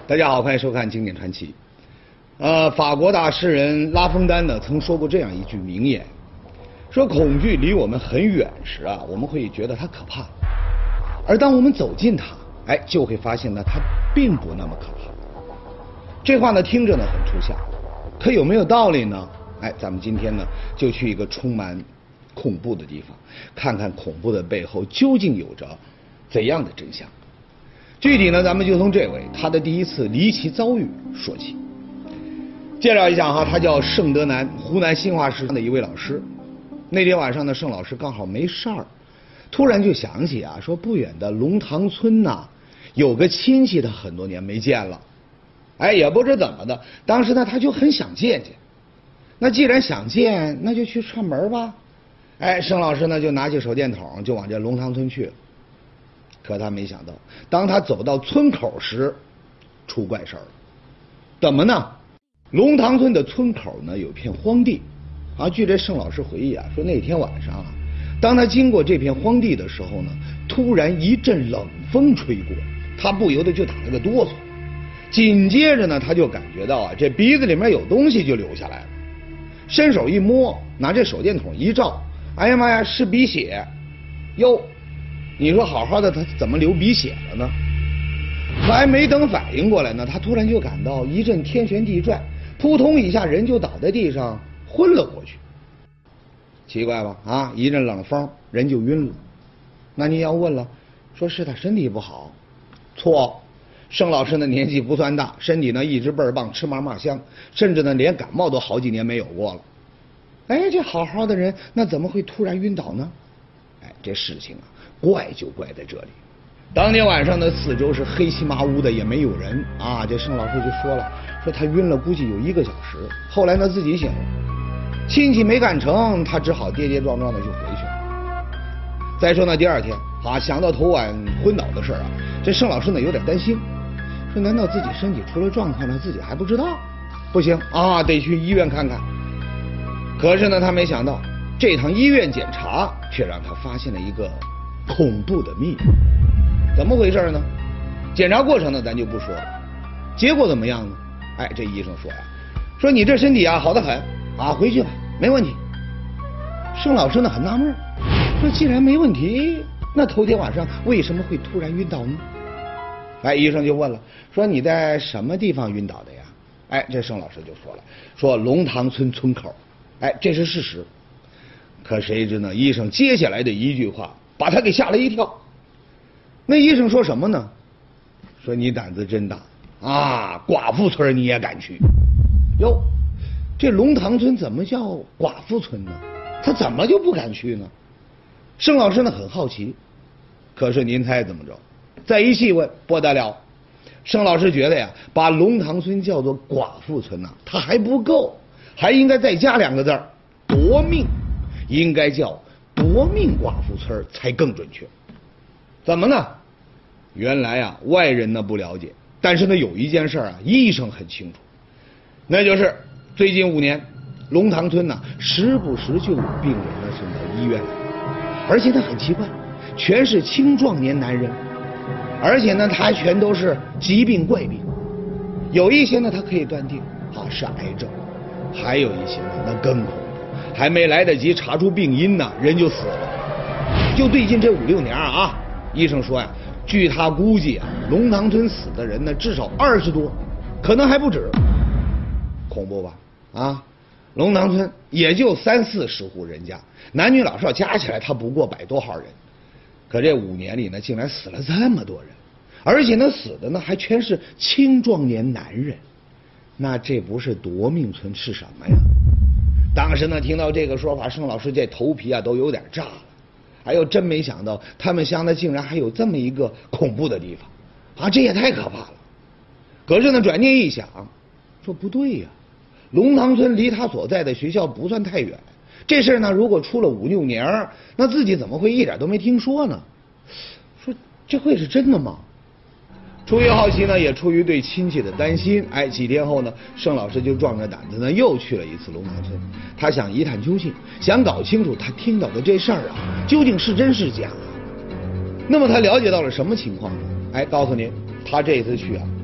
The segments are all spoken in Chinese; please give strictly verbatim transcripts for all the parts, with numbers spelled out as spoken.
大家好，欢迎收看《经典传奇》。呃，法国大诗人拉封丹呢曾说过这样一句名言，说恐惧离我们很远时啊，我们会觉得它可怕，而当我们走近它，哎，就会发现呢，它并不那么可怕。这话呢听着呢很抽象，可有没有道理呢？哎，咱们今天呢就去一个充满恐怖的地方，看看恐怖的背后究竟有着怎样的真相。具体呢，咱们就从这位他的第一次离奇遭遇说起。介绍一下哈，他叫盛德南，湖南新华师的一位老师。那天晚上呢，盛老师刚好没事儿，突然就想起啊，说不远的龙塘村呐、啊，有个亲戚他很多年没见了。哎，也不知怎么的，当时呢他就很想见见。那既然想见，那就去串门吧。哎，盛老师呢就拿起手电筒就往这龙塘村去了。可他没想到，当他走到村口时，出怪事儿了。怎么呢？龙塘村的村口呢有片荒地，啊，据这盛老师回忆啊，说那天晚上啊，当他经过这片荒地的时候呢，突然一阵冷风吹过，他不由得就打了个哆嗦。紧接着呢，他就感觉到啊，这鼻子里面有东西就流下来了。伸手一摸，拿这手电筒一照，哎呀妈呀，是鼻血！哟，你说好好的，他怎么流鼻血了呢？还没等反应过来呢，他突然就感到一阵天旋地转，扑通一下人就倒在地上昏了过去。奇怪吧？啊，一阵冷风，人就晕了。那你要问了，说是他身体不好？错，盛老师的年纪不算大，身体呢一直倍儿棒，吃嘛嘛香，甚至呢连感冒都好几年没有过了。哎，这好好的人，那怎么会突然晕倒呢？哎，这事情啊，怪就怪在这里。当天晚上呢，四周是黑漆麻乌的，也没有人啊。这盛老师就说了，说他晕了，估计有一个小时。后来呢，自己醒了，亲戚没干成，他只好跌跌撞撞的就回去了。再说呢，第二天啊，想到头晚昏倒的事啊，这盛老师呢有点担心，说难道自己身体出了状况呢，自己还不知道？不行啊，得去医院看看。可是呢，他没想到这趟医院检查却让他发现了一个恐怖的秘密。怎么回事呢？检查过程呢咱就不说了，结果怎么样呢？哎，这医生说呀，说你这身体啊好得很啊，回去吧，没问题。盛老师呢很纳闷，说既然没问题，那头天晚上为什么会突然晕倒呢？哎，医生就问了，说你在什么地方晕倒的呀？哎，这盛老师就说了，说龙塘村村口。哎，这是事实。可谁知呢，医生接下来的一句话把他给吓了一跳。那医生说什么呢？说你胆子真大啊，寡妇村你也敢去？哟，这龙塘村怎么叫寡妇村呢？他怎么就不敢去呢？盛老师呢很好奇，可是您猜怎么着？再一细问，不得了，盛老师觉得呀，把龙塘村叫做寡妇村呐、啊，它还不够，还应该再加两个字儿，夺命，应该叫夺命寡妇村才更准确。怎么呢？原来啊，外人呢不了解，但是呢有一件事啊，医生很清楚，那就是最近五年，龙塘村呢时不时就有病人呢送到医院来，而且呢很奇怪，全是青壮年男人，而且呢他还全都是疾病怪病，有一些呢他可以断定啊是癌症，还有一些呢那更恐怖，还没来得及查出病因呢，人就死了。就最近这五六年啊，医生说呀，据他估计啊，龙塘村死的人呢至少二十多，可能还不止。恐怖吧？啊，龙塘村也就三四十户人家，男女老少加起来他不过百多号人，可这五年里呢，竟然死了这么多人，而且呢死的呢还全是青壮年男人，那这不是夺命村是什么呀？当时呢听到这个说法，盛老师这头皮啊都有点炸了。哎呦，真没想到他们乡呢竟然还有这么一个恐怖的地方啊，这也太可怕了。可是呢转念一想，说不对呀，龙塘村离他所在的学校不算太远，这事呢如果出了五六年，那自己怎么会一点都没听说呢？说这会是真的吗？出于好奇呢，也出于对亲戚的担心，哎，几天后呢，盛老师就壮着胆子呢，又去了一次龙塘村。他想一探究竟，想搞清楚他听到的这事儿啊，究竟是真是假。那么他了解到了什么情况呢？哎，告诉您，他这次去啊，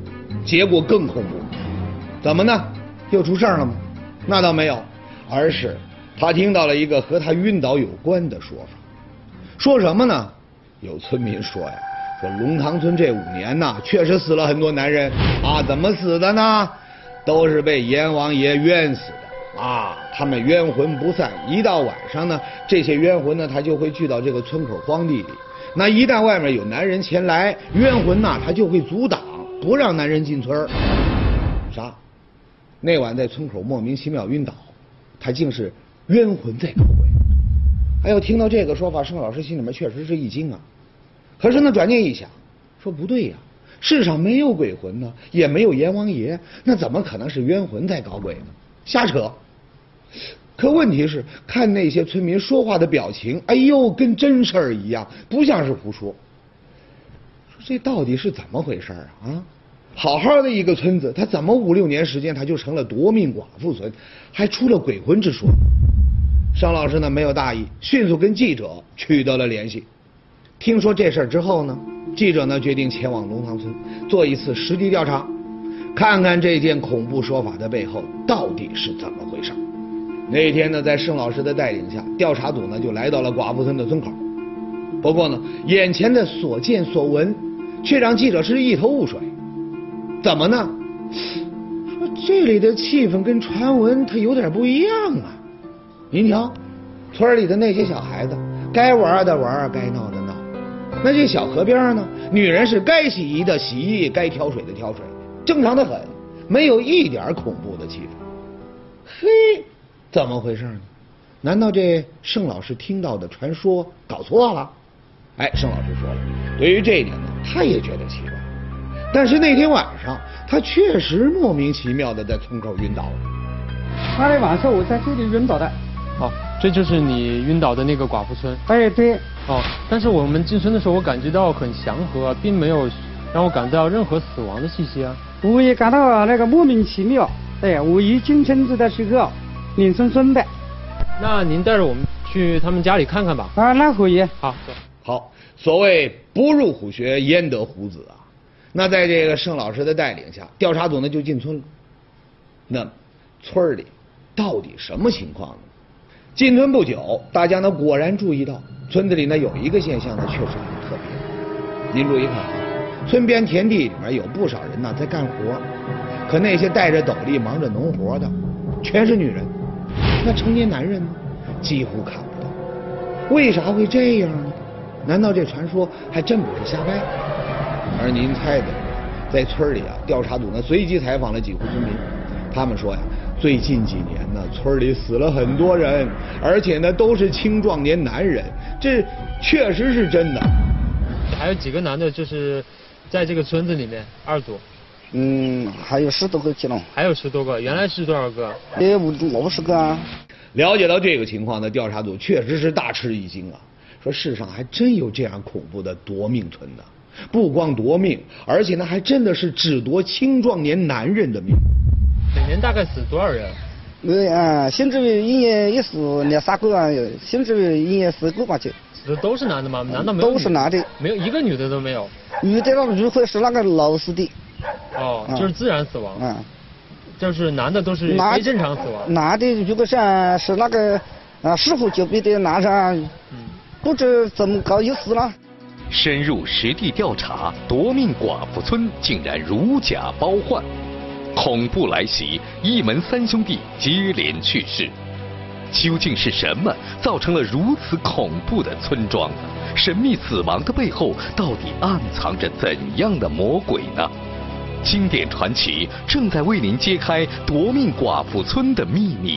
结果更恐怖。怎么呢？又出事儿了吗？那倒没有，而是他听到了一个和他晕倒有关的说法。说什么呢？有村民说呀，说龙塘村这五年呐，确实死了很多男人啊。怎么死的呢？都是被阎王爷冤死的啊。他们冤魂不散，一到晚上呢，这些冤魂呢，他就会聚到这个村口荒地里。那一旦外面有男人前来，冤魂呐，他就会阻挡，不让男人进村。啥？那晚在村口莫名其妙晕倒，他竟是冤魂在搞鬼。哎呦，听到这个说法，盛老师心里面确实是一惊啊。可是呢，转念一想，说不对呀、啊，世上没有鬼魂呢，也没有阎王爷，那怎么可能是冤魂在搞鬼呢？瞎扯。可问题是，看那些村民说话的表情，哎呦，跟真事儿一样，不像是胡说。说这到底是怎么回事啊？啊，好好的一个村子，他怎么五六年时间他就成了夺命寡妇村，还出了鬼魂之说？尚老师呢没有大意，迅速跟记者取得了联系。听说这事儿之后呢，记者呢决定前往龙塘村做一次实地调查，看看这件恐怖说法的背后到底是怎么回事。那天呢，在盛老师的带领下，调查组呢就来到了寡妇村的村口。不过呢，眼前的所见所闻却让记者是一头雾水。怎么呢？说这里的气氛跟传闻它有点不一样啊。您瞧，村里的那些小孩子，该玩的玩，该闹的闹。那这小河边呢，女人是该洗衣的洗衣，该挑水的挑水，正常的很，没有一点恐怖的气氛。嘿，怎么回事呢？难道这盛老师听到的传说搞错了？哎，盛老师说了，对于这一点呢，他也觉得奇怪。但是那天晚上，他确实莫名其妙的在村口晕倒了。 那天晚上我在这里晕倒的。 哦，这就是你晕倒的那个寡妇村。 哎，对。 哦，但是我们进村的时候，我感觉到很祥和，并没有让我感到任何死亡的气息啊。 我也感到那个莫名其妙。哎，我一进村子的时候，冷森森的。 那您带着我们去他们家里看看吧。 啊，那可以。 好，走。 好，所谓不入虎穴，焉得虎子啊。那在这个盛老师的带领下，调查组呢就进村了。那村里到底什么情况呢？进村不久，大家呢果然注意到村子里呢有一个现象呢确实很特别。您注意看啊，村边田地里面有不少人呢在干活，可那些戴着斗笠忙着农活的全是女人，那成年男人呢几乎看不到。为啥会这样呢？难道这传说还真不是瞎掰？而您猜的，在村里啊，调查组呢随机采访了几户村民，他们说呀，最近几年呢，村里死了很多人，而且呢都是青壮年男人，这确实是真的。 还有几个男的，就是在这个村子里面，二组。 嗯，还有十多个去了。 还有十多个，原来是多少个？ 也五五十个啊。 了解到这个情况呢，调查组确实是大吃一惊啊，说世上还真有这样恐怖的夺命村的，不光夺命，而且呢还真的是只夺青壮年男人的命。 每年大概死多少人？ 呃啊，甚至于一年也死两三个啊，甚至于一年四个吧就。 死的都是男的吗？难道没有？ 都是男的。 没有一个女的都没有。 女的那如果是那个老死的。 哦，就是自然死亡。 嗯。 就是男的都是非正常死亡。 男的如果是是那个啊失火救命的男人，嗯，不知怎么搞又死了。 深入实地调查，夺命寡妇村竟然如假包换，恐怖来袭，一门三兄弟接连去世。究竟是什么造成了如此恐怖的村庄呢？神秘死亡的背后到底暗藏着怎样的魔鬼呢？经典传奇正在为您揭开夺命寡妇村的秘密。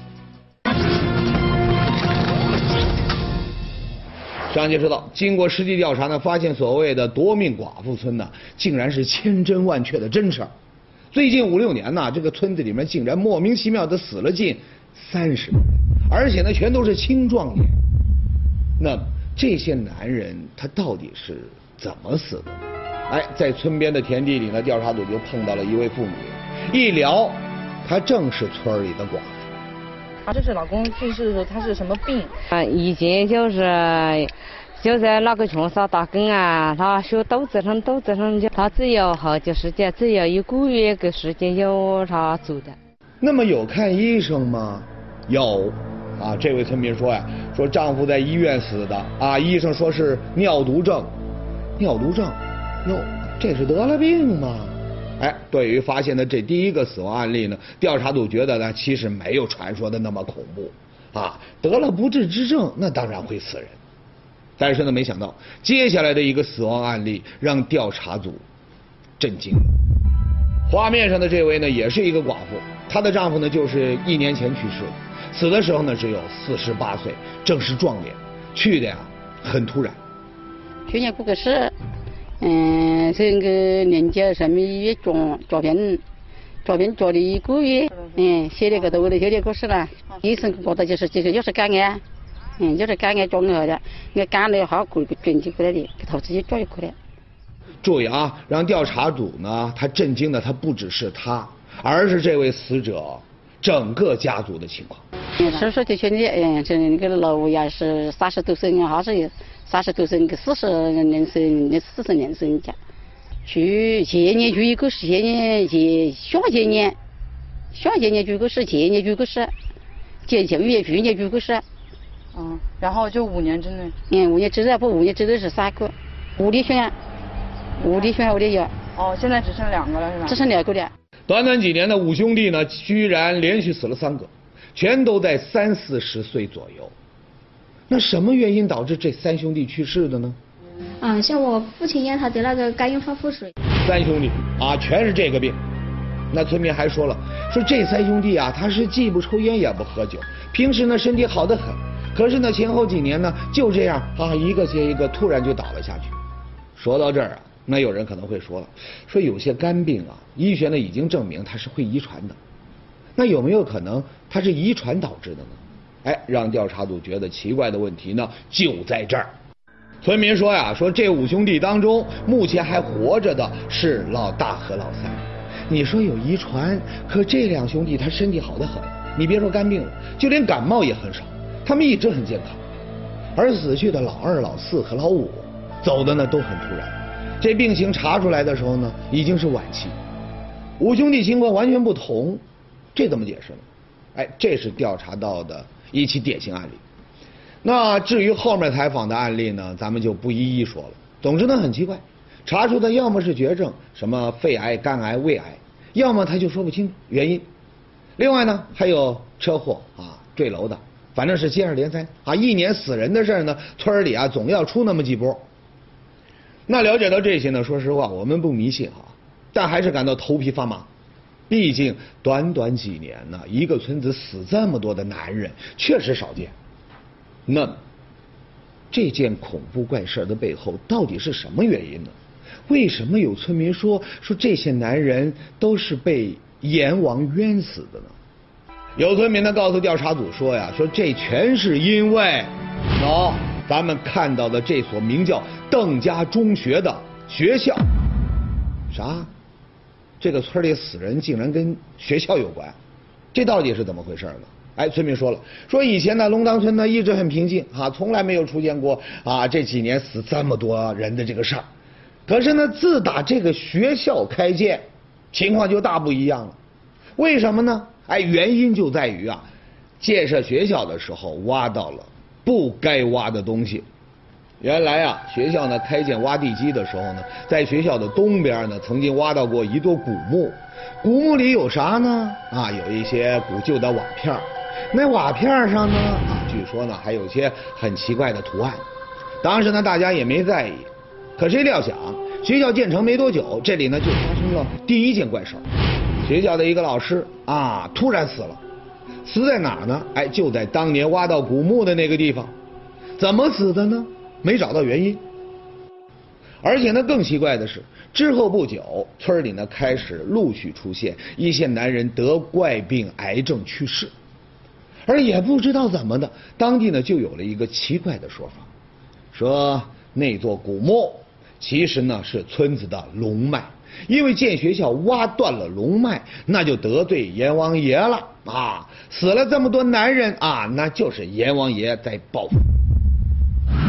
上节知道，经过实地调查呢，发现所谓的夺命寡妇村呢，竟然是千真万确的真事儿。最近五六年呢，这个村子里面竟然莫名其妙的死了近三十人，而且呢，全都是青壮年。那这些男人他到底是怎么死的？哎，在村边的田地里呢，调查组就碰到了一位妇女，一聊，她正是村里的寡妇。 她这是老公去世的时候，他是什么病？ 啊，以前就是就在那个墙上打工啊，他说肚子疼，肚子疼，就他只有好久时间，只有一个月的时间有他走的。 那么有看医生吗？有，啊，这位村民说呀，说丈夫在医院死的，啊，医生说是尿毒症，尿毒症，哟，这是得了病吗？哎，对于发现的这第一个死亡案例呢，调查组觉得呢，其实没有传说的那么恐怖，啊，得了不治之症，那当然会死人。但是呢，没想到接下来的一个死亡案例让调查组震惊。画面上的这位呢，也是一个寡妇，她的丈夫呢就是一年前去世的，死的时候呢只有四十八岁，正是壮年，去的呀很突然。 去年过个世，嗯，是那个年纪什么医院抓抓病，抓病抓了一个月，嗯，写了个头的，写了过世了，医生觉得就是就是就是肝癌。嗯，就是肝癌中了的，那肝了好过转进过来的，头直接抓就过来。 注意啊，让调查组呢，他震惊的他不只是他，而是这位死者整个家族的情况。 手术的现在，嗯，这那个老也是三十多岁，还是三十多岁，个四十年生，那四十年生家。去前年就一个是前年前下前年，下前年就一个是前年就一个是，前前月去年就一个是。 嗯，然后就五年之内。 嗯，五年之内不五年之内是三个，五里选，五里选五里有。 哦，现在只剩两个了是吧？ 只剩两个了。 短短几年的五兄弟呢，居然连续死了三个，全都在三四十岁左右。那什么原因导致这三兄弟去世的呢？ 嗯，像我父亲一样，他得那个肝硬化腹水。 三兄弟啊，全是这个病。那村民还说了，说这三兄弟啊，他是既不抽烟也不喝酒，平时呢身体好得很。可是呢，前后几年呢，就这样啊，一个接一个，突然就倒了下去。说到这儿啊，那有人可能会说了，说有些肝病啊，医学呢已经证明它是会遗传的，那有没有可能它是遗传导致的呢？哎，让调查组觉得奇怪的问题呢，就在这儿。村民说呀，说这五兄弟当中，目前还活着的是老大和老三。你说有遗传，可这两兄弟他身体好得很，你别说肝病了，就连感冒也很少。他们一直很健康，而死去的老二、老四和老五走的呢都很突然，这病情查出来的时候呢已经是晚期。五兄弟情况完全不同，这怎么解释呢？哎，这是调查到的一起典型案例。那至于后面采访的案例呢，咱们就不一一说了。总之呢很奇怪，查出的要么是绝症，什么肺癌、肝癌、胃癌，要么他就说不清原因。另外呢还有车祸啊、坠楼的。反正是接二连三啊，一年死人的事呢，村里啊总要出那么几波。那了解到这些呢，说实话我们不迷信啊，但还是感到头皮发麻。毕竟短短几年呢，一个村子死这么多的男人，确实少见。那么这件恐怖怪事的背后到底是什么原因呢？为什么有村民说说这些男人都是被阎王冤死的呢？有村民呢告诉调查组说呀，说这全是因为，喏，咱们看到的这所名叫邓家中学的学校，啥？这个村里死人竟然跟学校有关，这到底是怎么回事呢？哎，村民说了，说以前呢龙塘村呢一直很平静啊，从来没有出现过啊这几年死这么多人的这个事儿。可是呢，自打这个学校开建，情况就大不一样了。为什么呢？哎，原因就在于啊，建设学校的时候挖到了不该挖的东西。原来啊，学校呢开建挖地基的时候呢，在学校的东边呢，曾经挖到过一垛古墓。古墓里有啥呢？啊，有一些古旧的瓦片，那瓦片上呢，啊，据说呢还有些很奇怪的图案。当时呢，大家也没在意。可谁料想，学校建成没多久，这里呢就发生了第一件怪事。学校的一个老师啊，突然死了，死在哪儿呢？哎，就在当年挖到古墓的那个地方。怎么死的呢？没找到原因。而且呢，更奇怪的是，之后不久，村里呢开始陆续出现一些男人得怪病、癌症去世，而也不知道怎么的，当地呢就有了一个奇怪的说法，说那座古墓其实呢是村子的龙脉。因为建学校挖断了龙脉，那就得罪阎王爷了啊！死了这么多男人啊，那就是阎王爷在报复。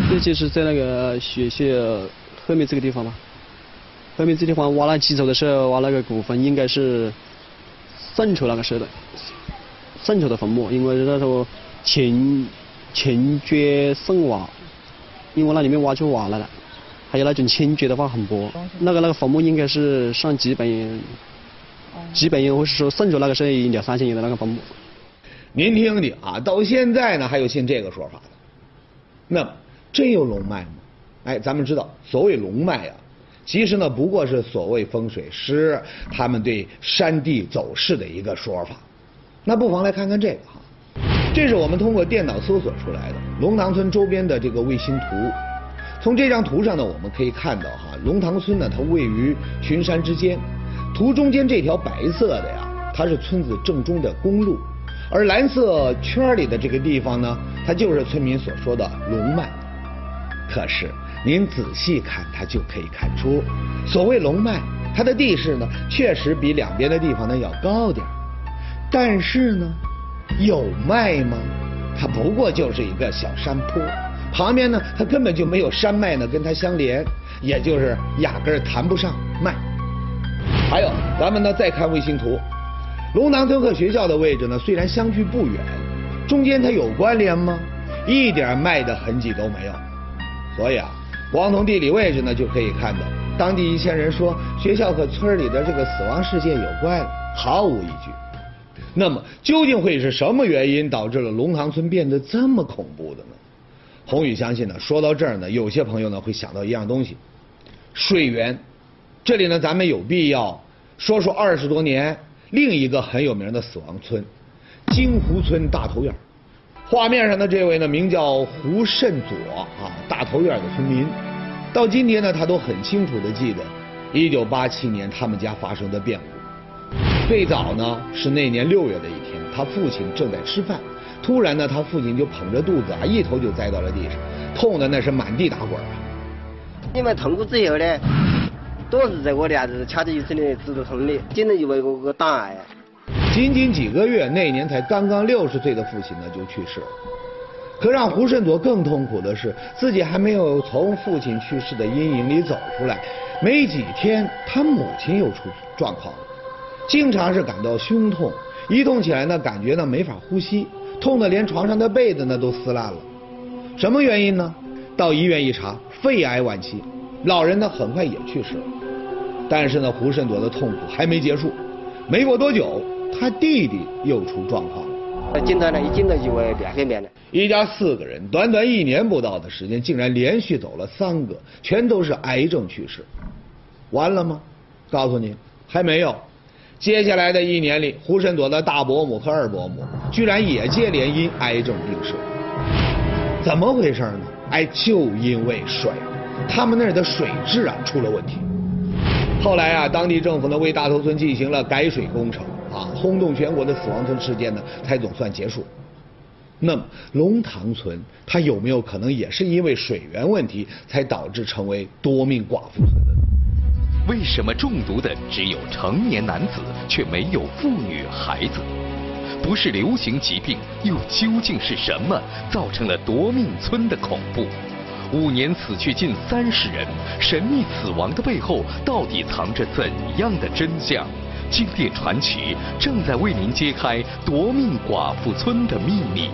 这就是在那个学校后面这个地方嘛。后面这地方挖那基础的时候，挖那个骨坟应该是宋朝那个时候的，宋朝的坟墓，因为那时候秦秦绝宋瓦，因为那里面挖出瓦来了，还有那种清绝的话很薄，那个那个坟墓应该是上几百年，几百年或是说宋朝那个时候两三千年的那个坟墓。 您听听啊，到现在呢还有信这个说法的。那么真有龙脉吗？哎，咱们知道所谓龙脉啊，其实呢不过是所谓风水师他们对山地走势的一个说法。那不妨来看看这个哈，这是我们通过电脑搜索出来的龙塘村周边的这个卫星图。从这张图上呢，我们可以看到哈，龙塘村呢它位于群山之间，图中间这条白色的呀，它是村子正中的公路。而蓝色圈里的这个地方呢，它就是村民所说的龙脉。可是您仔细看，它就可以看出，所谓龙脉，它的地势呢，确实比两边的地方呢要高点。但是呢，有脉吗？它不过就是一个小山坡，旁边呢，它根本就没有山脉呢跟它相连，也就是压根儿谈不上脉。还有，咱们呢再看卫星图。龙塘村和学校的位置呢，虽然相距不远，中间它有关联吗？一点脉的痕迹都没有。所以啊，光从地理位置呢就可以看到，当地一些人说学校和村里的这个死亡事件有关了，毫无依据。那么究竟会是什么原因导致了龙塘村变得这么恐怖的呢？宏宇相信呢，说到这儿呢，有些朋友呢会想到一样东西，水源。这里呢，咱们有必要说说二十多年另一个很有名的死亡村——金湖村大头院。画面上的这位呢，名叫胡慎佐啊，大头院的村民。到今天呢，他都很清楚地记得一九八七年他们家发生的变故。最早呢，是那年六月的一天，他父亲正在吃饭，突然呢，他父亲就捧着肚子啊，一头就栽到了地上，痛的那是满地打滚啊。 因为痛过之后呢，都是在我的儿子掐着一身的指头痛的，竟然以为我个胆癌。 仅仅几个月，那年才刚刚六十岁的父亲呢就去世了。可让胡慎佐更痛苦的是，自己还没有从父亲去世的阴影里走出来，没几天，他母亲又出状况了，经常是感到胸痛，一动起来呢，感觉呢没法呼吸，痛得连床上的被子呢都撕烂了。什么原因呢？到医院一查，肺癌晚期，老人呢很快也去世了。但是呢，胡慎佐的痛苦还没结束，没过多久，他弟弟又出状况了。 经常呢，一进到就会变黑面的。 一家四个人，短短一年不到的时间，竟然连续走了三个，全都是癌症去世。完了吗？告诉你，还没有。接下来的一年里，胡慎佐的大伯母和二伯母居然也接连因癌症病逝。怎么回事呢？哎，就因为水，他们那儿的水质啊出了问题。后来啊，当地政府呢为大头村进行了改水工程啊，轰动全国的死亡村事件呢才总算结束。那么龙塘村它有没有可能也是因为水源问题才导致成为多命寡妇村的呢？ 为什么中毒的只有成年男子，却没有妇女孩子？不是流行疾病，又究竟是什么造成了夺命村的恐怖？五年死去近三十人，神秘死亡的背后到底藏着怎样的真相？经典传奇正在为您揭开夺命寡妇村的秘密。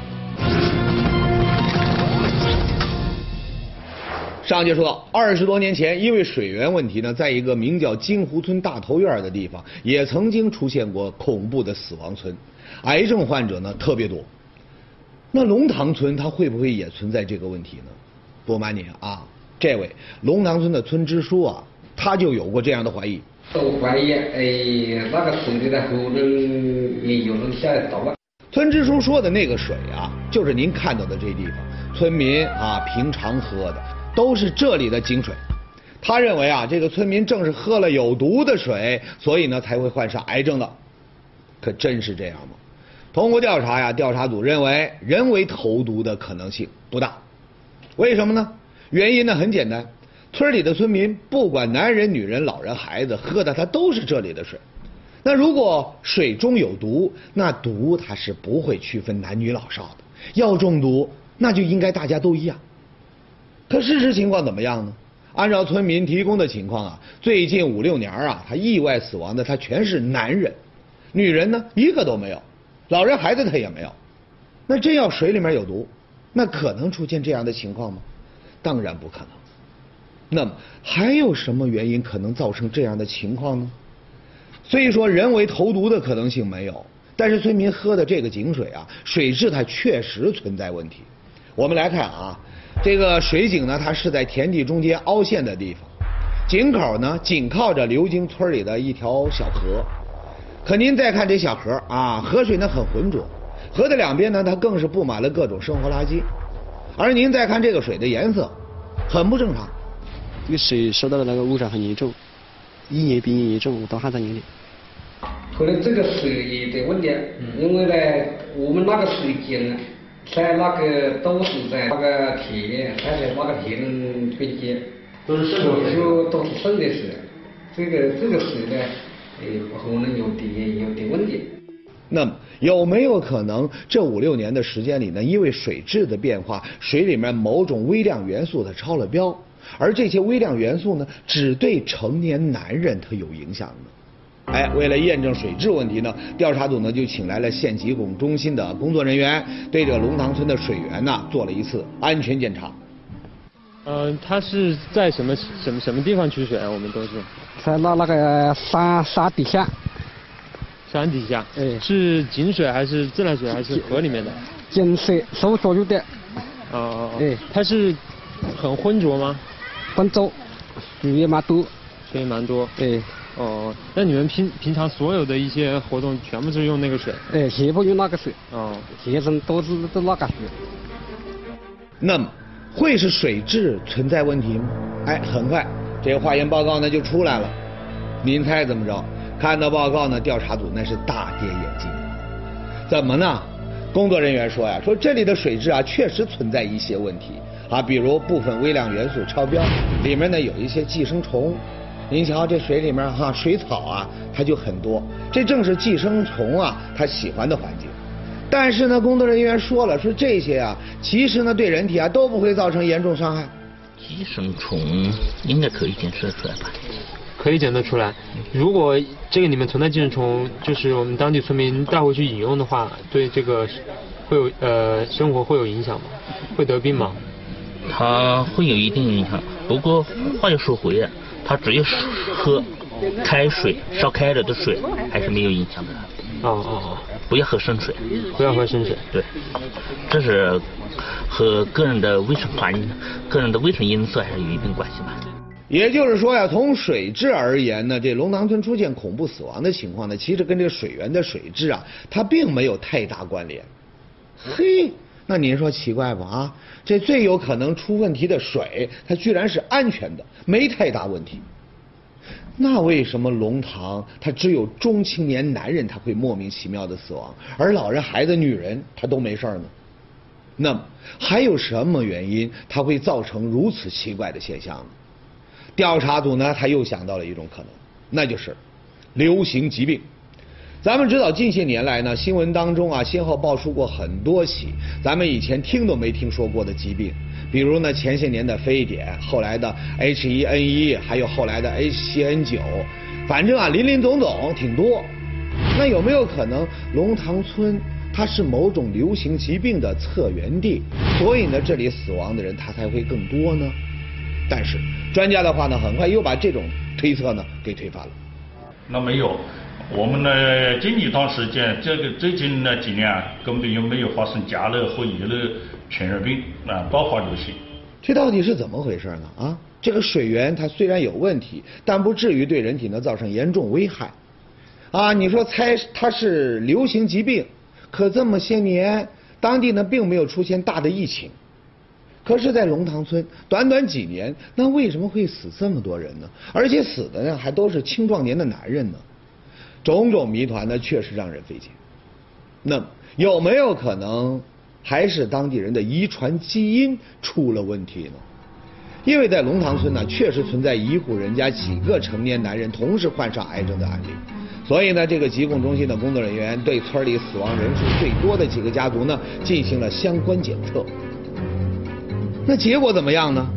上节说到，二十多年前，因为水源问题呢，在一个名叫金湖村大头院的地方，也曾经出现过恐怖的死亡村，癌症患者呢特别多。那龙塘村它会不会也存在这个问题呢？不瞒你啊，这位龙塘村的村支书啊，他就有过这样的怀疑。 我怀疑，哎，那个水里的后头也有人下来倒了。 村支书说的那个水啊，就是您看到的这地方，村民啊平常喝的都是这里的井水。他认为啊，这个村民正是喝了有毒的水，所以呢才会患上癌症的。可真是这样吗？通过调查呀，调查组认为人为投毒的可能性不大。为什么呢？原因呢很简单，村里的村民不管男人、女人、老人、孩子，喝的它都是这里的水。那如果水中有毒，那毒它是不会区分男女老少的。要中毒，那就应该大家都一样。 可事实情况怎么样呢？按照村民提供的情况啊，最近五六年啊，他意外死亡的他全是男人，女人呢一个都没有，老人孩子他也没有。那真要水里面有毒，那可能出现这样的情况吗？当然不可能。那么还有什么原因可能造成这样的情况呢？虽说人为投毒的可能性没有，但是村民喝的这个井水啊，水质它确实存在问题。我们来看啊，这个水井呢，它是在田地中间凹陷的地方，井口呢紧靠着流经村里的一条小河。可您再看这小河啊，河水呢很浑浊，河的两边呢它更是布满了各种生活垃圾。而您再看这个水的颜色，很不正常。 这个水受到的那个污染很严重，一年比一年严重，我到现在眼里。 可能这个水的问题，因为呢，我们那个水井在那个都是在那个田，还在那个田边间，都是渗的水，都是渗的水。这个这个水呢，呃，可能有点有点问题。 那么有没有可能这五六年的时间里呢，因为水质的变化，水里面某种微量元素它超了标，而这些微量元素呢，只对成年男人它有影响呢？哎，为了验证水质问题呢，调查组呢就请来了县疾控中心的工作人员，对这个龙塘村的水源呢做了一次安全检查。 呃，它是在什么什么什么地方取水啊？我们都是在那那个山山底下。 山底下， 哎， 是井水还是自来水还是河里面的？ 井水收左右的。 哦哦， 哎， 它是很浑浊吗？ 浑浊，水也蛮多。 水也蛮多。 哎。 哦，那你们平平常所有的一些活动全部是用那个水？ 哎，全部用那个水。 哦， 学生都是都那个水。 那么会是水质存在问题吗？哎，很快这个化验报告呢就出来了。您猜怎么着？看到报告呢，调查组那是大跌眼镜。怎么呢？工作人员说呀，说这里的水质啊确实存在一些问题啊，比如部分微量元素超标，里面呢有一些寄生虫。您瞧这水里面哈，水草啊它就很多，这正是寄生虫啊它喜欢的环境。但是呢，工作人员说了，说这些啊其实呢对人体啊都不会造成严重伤害。 寄生虫应该可以检测出来吧？ 可以检测出来。如果这个里面存在寄生虫，就是我们当地村民带回去饮用的话，对这个会有呃生活会有影响吗？会得病吗？ 它会有一定影响，不过话又说回来，它只有喝开水烧开了的水还是没有影响的。 哦哦哦， 不要喝生水， 不要喝生水。 对，这是和个人的卫生环境、个人的卫生因素还是有一定关系吧。 也就是说呀，从水质而言呢，这龙塘村出现恐怖死亡的情况呢，其实跟这个水源的水质啊，它并没有太大关联。嘿，那您说奇怪吧？啊，这最有可能出问题的水，它居然是安全的，没太大问题。那为什么龙塘它只有中青年男人他会莫名其妙的死亡，而老人、孩子、女人他都没事呢？那么还有什么原因它会造成如此奇怪的现象呢？调查组呢，他又想到了一种可能，那就是流行疾病。咱们知道近些年来呢，新闻当中啊，先后爆出过很多起咱们以前听都没听说过的疾病，比如呢前些年的非典，后来的 H 一 N 一，还有后来的 H 七 N 九，反正啊林林总总挺多。那有没有可能龙塘村它是某种流行疾病的策源地，所以呢这里死亡的人他才会更多呢？但是专家的话呢，很快又把这种推测呢给推翻了。 那没有，我们呢近一段时间，这个最近那几年啊，根本就没有发生甲类和乙类传染病啊爆发流行。 这到底是怎么回事呢？啊，这个水源它虽然有问题，但不至于对人体呢造成严重危害。啊，你说猜它是流行疾病，可这么些年当地呢并没有出现大的疫情。可是，在龙塘村，短短几年，那为什么会死这么多人呢？而且死的呢，还都是青壮年的男人呢？种种谜团呢，确实让人费解。那么，有没有可能还是当地人的遗传基因出了问题呢？因为在龙塘村呢，确实存在一户人家几个成年男人同时患上癌症的案例。所以呢，这个疾控中心的工作人员对村里死亡人数最多的几个家族呢，进行了相关检测。那结果怎么样呢？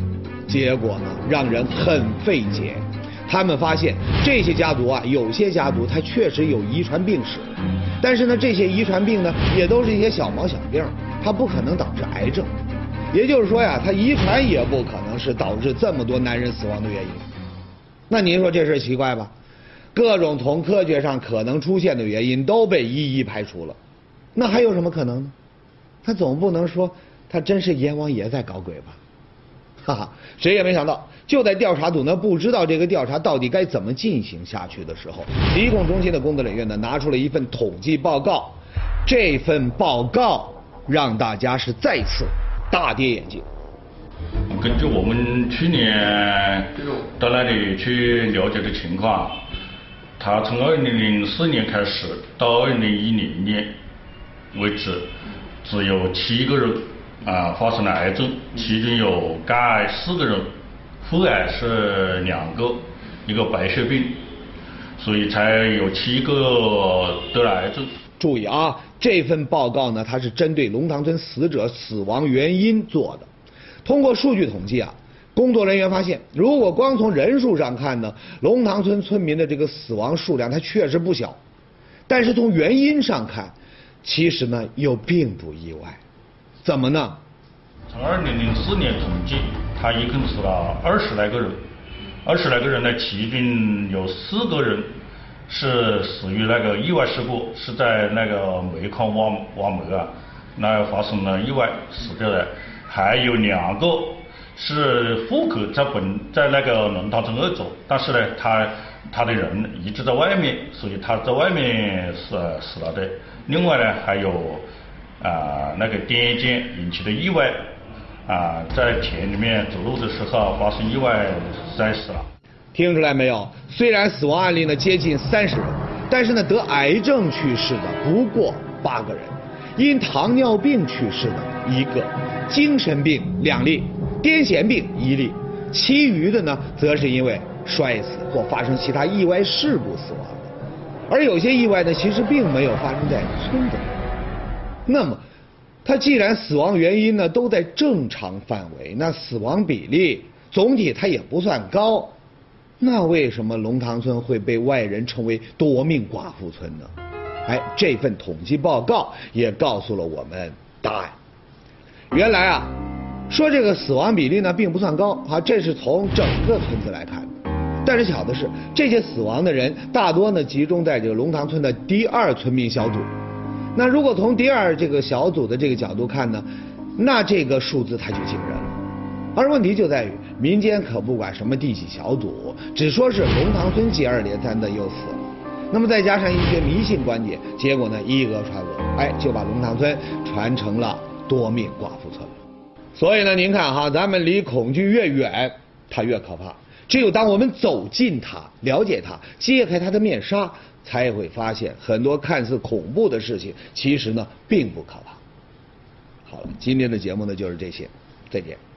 结果呢，让人很费解。他们发现这些家族啊，有些家族它确实有遗传病史，但是呢，这些遗传病呢，也都是一些小毛小病，它不可能导致癌症。也就是说呀，它遗传也不可能是导致这么多男人死亡的原因。那您说这事奇怪吧？各种从科学上可能出现的原因都被一一排除了，那还有什么可能呢？他总不能说他真是阎王爷在搞鬼吧？哈哈，谁也没想到，就在调查组呢不知道这个调查到底该怎么进行下去的时候，疾控中心的工作人员呢拿出了一份统计报告。这份报告让大家是再次大跌眼镜。 根据我们去年到那里去了解的情况，他从二零零四年开始到二零一零年为止，只有七个人啊发生了癌症，其中有肝癌四个人，腹癌是两个，一个白血病，所以才有七个得了癌症。 注意啊，这份报告呢，它是针对龙塘村死者死亡原因做的。通过数据统计啊，工作人员发现，如果光从人数上看呢，龙塘村村民的这个死亡数量它确实不小，但是从原因上看，其实呢又并不意外。怎么呢？ 从二零零四年统计，他一共死了二十来个人，二十来个人呢，其中有四个人是死于那个意外事故，是在那个煤矿挖挖煤啊，那发生了意外死掉的，还有两个是户口在本在那个龙塘村二组，但是呢，他他的人一直在外面，所以他在外面死死了的。另外呢，还有啊、呃、那个电线引起的意外啊、呃，在田里面走路的时候发生意外摔死了。 听出来没有？虽然死亡案例呢接近三十人，但是呢得癌症去世的不过八个人，因糖尿病去世的一个，精神病两例，癫痫病一例，其余的呢则是因为摔死或发生其他意外事故死亡的。而有些意外呢其实并没有发生在村中。那么它既然死亡原因呢都在正常范围，那死亡比例总体它也不算高，那为什么龙塘村会被外人称为夺命寡妇村呢？哎，这份统计报告也告诉了我们答案。原来啊，说这个死亡比例呢并不算高啊，这是从整个村子来看的。但是巧的是，这些死亡的人大多呢集中在这个龙塘村的第二村民小组。那如果从第二这个小组的这个角度看呢，那这个数字它就惊人了。而问题就在于，民间可不管什么第几小组，只说是龙塘村接二连三的又死了。那么再加上一些迷信观点，结果呢以讹传讹，哎，就把龙塘村传成了夺命寡妇村了。所以呢，您看哈，咱们离恐惧越远，它越可怕。只有当我们走近它，了解它，揭开它的面纱，才会发现很多看似恐怖的事情，其实呢并不可怕。好了，今天的节目呢就是这些，再见。